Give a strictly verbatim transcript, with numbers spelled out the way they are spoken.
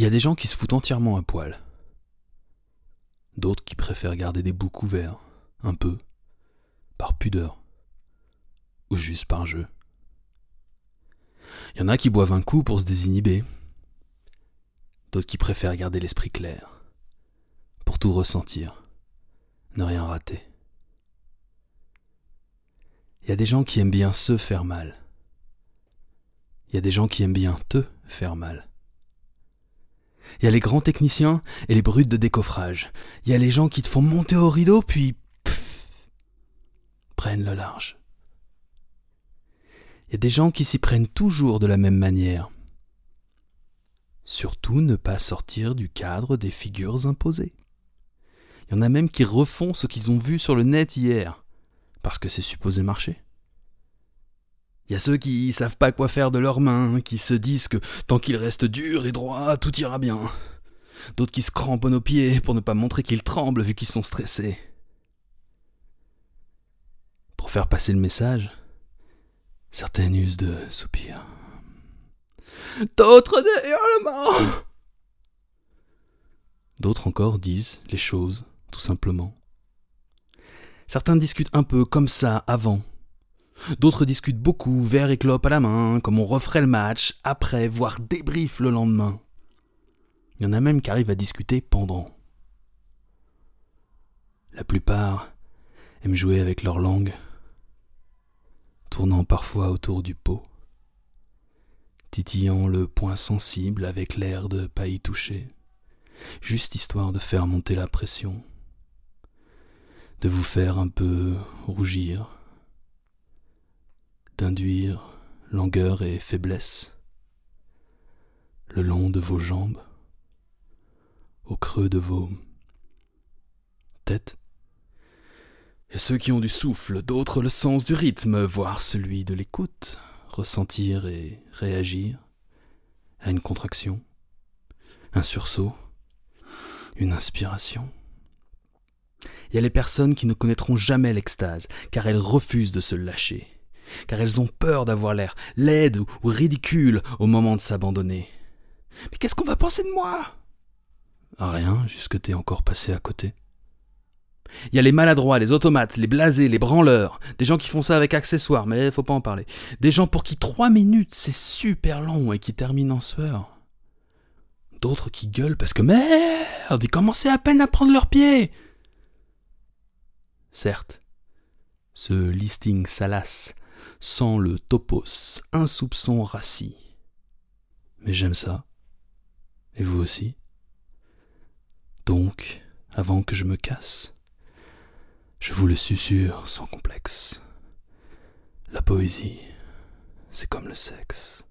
Il y a des gens qui se foutent entièrement à poil. D'autres qui préfèrent garder des bouts couverts, un peu, par pudeur, ou juste par jeu. Il y en a qui boivent un coup pour se désinhiber. D'autres qui préfèrent garder l'esprit clair, pour tout ressentir, ne rien rater. Il y a des gens qui aiment bien se faire mal. Il y a des gens qui aiment bien te faire mal. Il y a les grands techniciens et les brutes de décoffrage. Il y a les gens qui te font monter au rideau puis pff, prennent le large. Il y a des gens qui s'y prennent toujours de la même manière. Surtout ne pas sortir du cadre des figures imposées. Il y en a même qui refont ce qu'ils ont vu sur le net hier, parce que c'est supposé marcher. Il y a ceux qui savent pas quoi faire de leurs mains, qui se disent que tant qu'ils restent durs et droits, tout ira bien. D'autres qui se cramponnent aux pieds pour ne pas montrer qu'ils tremblent vu qu'ils sont stressés. Pour faire passer le message, certaines usent de soupirs. D'autres de hurlements. D'autres encore disent les choses, tout simplement. Certains discutent un peu comme ça avant. D'autres discutent beaucoup, verre et clope à la main, comme on referait le match, après, voire débrief le lendemain. Il y en a même qui arrivent à discuter pendant. La plupart aiment jouer avec leur langue, tournant parfois autour du pot, titillant le point sensible avec l'air de pas y toucher, juste histoire de faire monter la pression, de vous faire un peu rougir, d'induire langueur et faiblesse le long de vos jambes, au creux de vos têtes. Et ceux qui ont du souffle, d'autres le sens du rythme, voire celui de l'écoute, ressentir et réagir à une contraction, un sursaut, une inspiration. Il y a les personnes qui ne connaîtront jamais l'extase, car elles refusent de se lâcher, car elles ont peur d'avoir l'air laide ou ridicule au moment de s'abandonner. Mais qu'est-ce qu'on va penser de moi ? Rien, jusque t'es encore passé à côté. Il y a les maladroits, les automates, les blasés, les branleurs, des gens qui font ça avec accessoires, mais faut pas en parler. Des gens pour qui trois minutes c'est super long et qui terminent en sueur. D'autres qui gueulent parce que merde, ils commençaient à peine à prendre leurs pieds. Certes, ce listing salace sent le topos, un soupçon rassis. Mais j'aime ça. Et vous aussi. Donc, avant que je me casse, je vous le susurre sans complexe. La poésie, c'est comme le sexe.